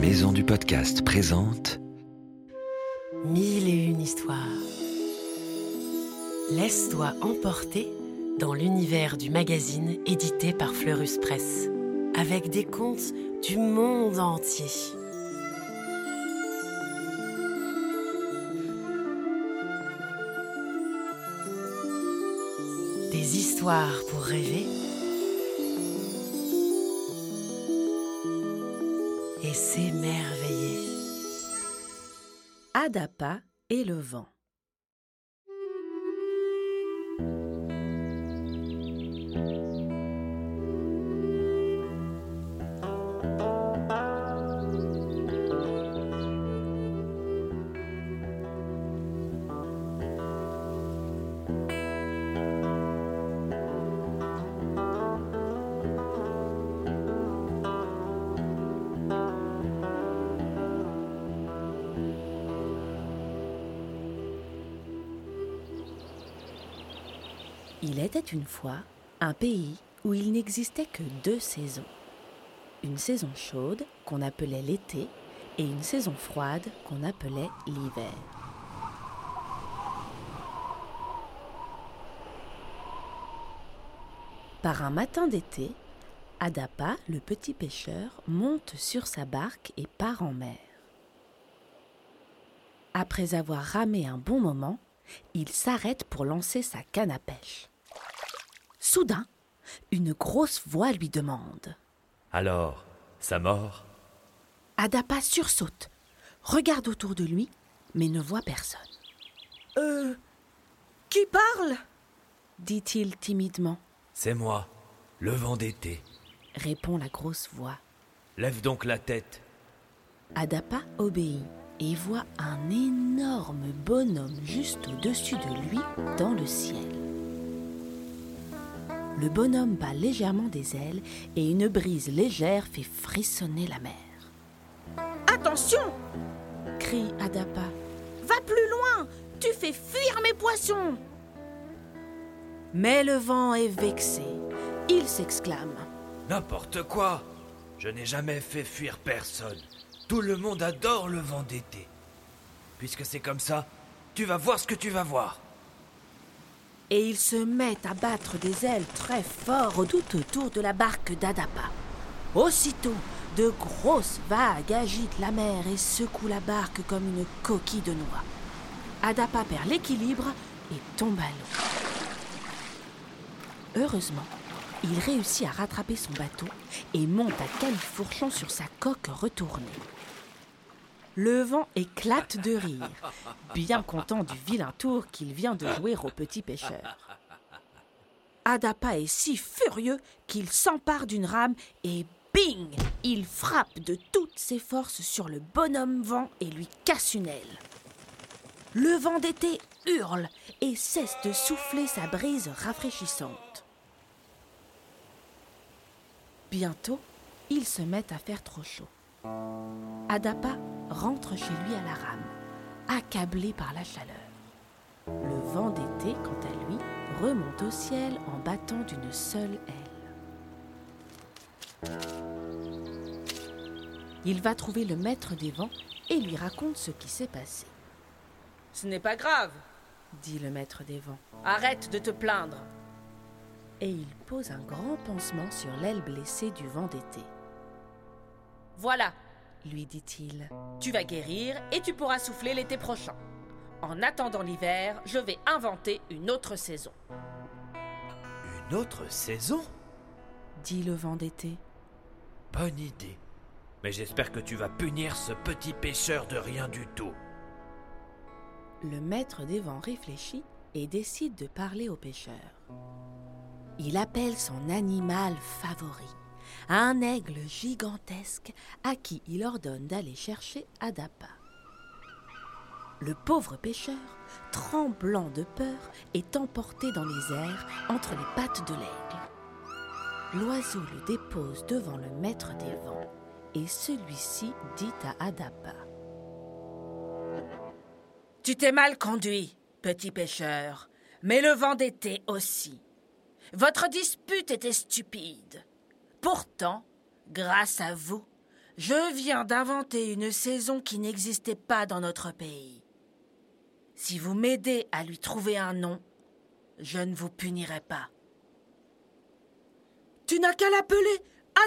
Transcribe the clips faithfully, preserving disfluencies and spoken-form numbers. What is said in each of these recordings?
Maison du podcast présente Mille et une histoires. Laisse-toi emporter dans l'univers du magazine édité par Fleurus Press, avec des contes du monde entier. Des histoires pour rêver et s'émerveiller. Adapa et le vent. Il était une fois un pays où il n'existait que deux saisons. Une saison chaude qu'on appelait l'été et une saison froide qu'on appelait l'hiver. Par un matin d'été, Adapa, le petit pêcheur, monte sur sa barque et part en mer. Après avoir ramé un bon moment, il s'arrête pour lancer sa canne à pêche. Soudain, une grosse voix lui demande « Alors, ça mord ?» Adapa sursaute, regarde autour de lui, mais ne voit personne. « Euh, qui parle ?» dit-il timidement. « C'est moi, le vent d'été. » répond la grosse voix. « Lève donc la tête. » Adapa obéit et voit un énorme bonhomme juste au-dessus de lui dans le ciel. Le bonhomme bat légèrement des ailes et une brise légère fait frissonner la mer. « Attention !» crie Adapa. « Va plus loin, tu fais fuir mes poissons !» Mais le vent est vexé. Il s'exclame. « N'importe quoi! Je n'ai jamais fait fuir personne. Tout le monde adore le vent d'été. Puisque c'est comme ça, tu vas voir ce que tu vas voir. » Et il se met à battre des ailes très fort tout autour de la barque d'Adapa. Aussitôt, de grosses vagues agitent la mer et secouent la barque comme une coquille de noix. Adapa perd l'équilibre et tombe à l'eau. Heureusement, il réussit à rattraper son bateau et monte à califourchon sur sa coque retournée. Le vent éclate de rire, bien content du vilain tour qu'il vient de jouer au petit pêcheur. Adapa est si furieux qu'il s'empare d'une rame et bing! Il frappe de toutes ses forces sur le bonhomme vent et lui casse une aile. Le vent d'été hurle et cesse de souffler sa brise rafraîchissante. Bientôt, il se met à faire trop chaud. Adapa rentre chez lui à la rame, accablé par la chaleur. Le vent d'été, quant à lui, remonte au ciel en battant d'une seule aile. Il va trouver le maître des vents et lui raconte ce qui s'est passé. « Ce n'est pas grave, » dit le maître des vents. « Arrête de te plaindre. » Et il pose un grand pansement sur l'aile blessée du vent d'été. « Voilà, » lui dit-il, « tu vas guérir et tu pourras souffler l'été prochain. En attendant l'hiver, je vais inventer une autre saison. » « Une autre saison ?» dit le vent d'été. « Bonne idée. Mais j'espère que tu vas punir ce petit pêcheur de rien du tout. » Le maître des vents réfléchit et décide de parler au pêcheur. Il appelle son animal favori, un aigle gigantesque à qui il ordonne d'aller chercher Adapa. Le pauvre pêcheur, tremblant de peur, est emporté dans les airs entre les pattes de l'aigle. L'oiseau le dépose devant le maître des vents et celui-ci dit à Adapa. « Tu t'es mal conduit, petit pêcheur, mais le vent d'été aussi. Votre dispute était stupide. Pourtant, grâce à vous, Je viens d'inventer une saison qui n'existait pas dans notre pays. Si vous m'aidez à lui trouver un nom, je ne vous punirai pas. Tu n'as qu'à l'appeler Adapa !»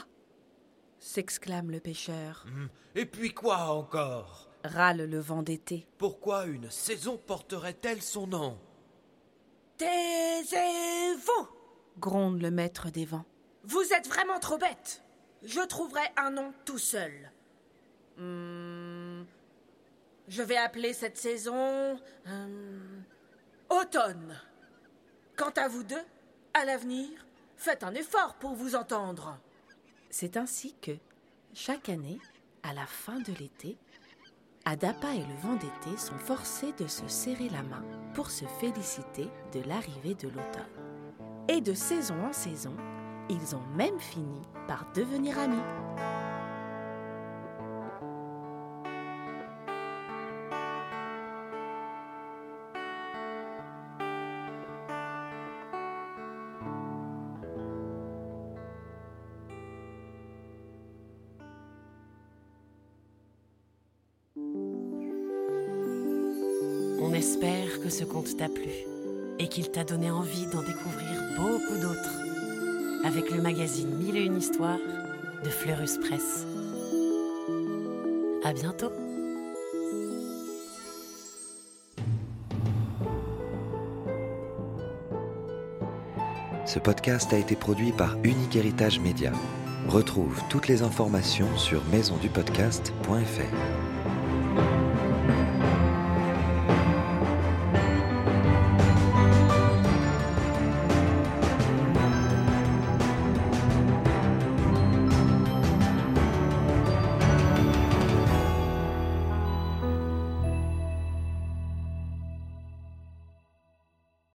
s'exclame le pêcheur. Hum, Et puis quoi encore? Râle le vent d'été. Pourquoi une saison porterait-elle son nom? Taisez-vous ! Gronde le maître des vents. Vous êtes vraiment trop bête. Je trouverai un nom tout seul. Hmm, je vais appeler cette saison hum, Automne. Quant à vous deux, à l'avenir, faites un effort pour vous entendre. C'est ainsi que, chaque année, à la fin de l'été, Adapa et le vent d'été sont forcés de se serrer la main pour se féliciter de l'arrivée de l'automne. Et de saison en saison, ils ont même fini par devenir amis. On espère que ce conte t'a plu et qu'il t'a donné envie d'en découvrir beaucoup d'autres avec le magazine Mille et une histoires de Fleurus Press. À bientôt. Ce podcast a été produit par Unique Héritage Média. Retrouve toutes les informations sur maison du podcast point f r.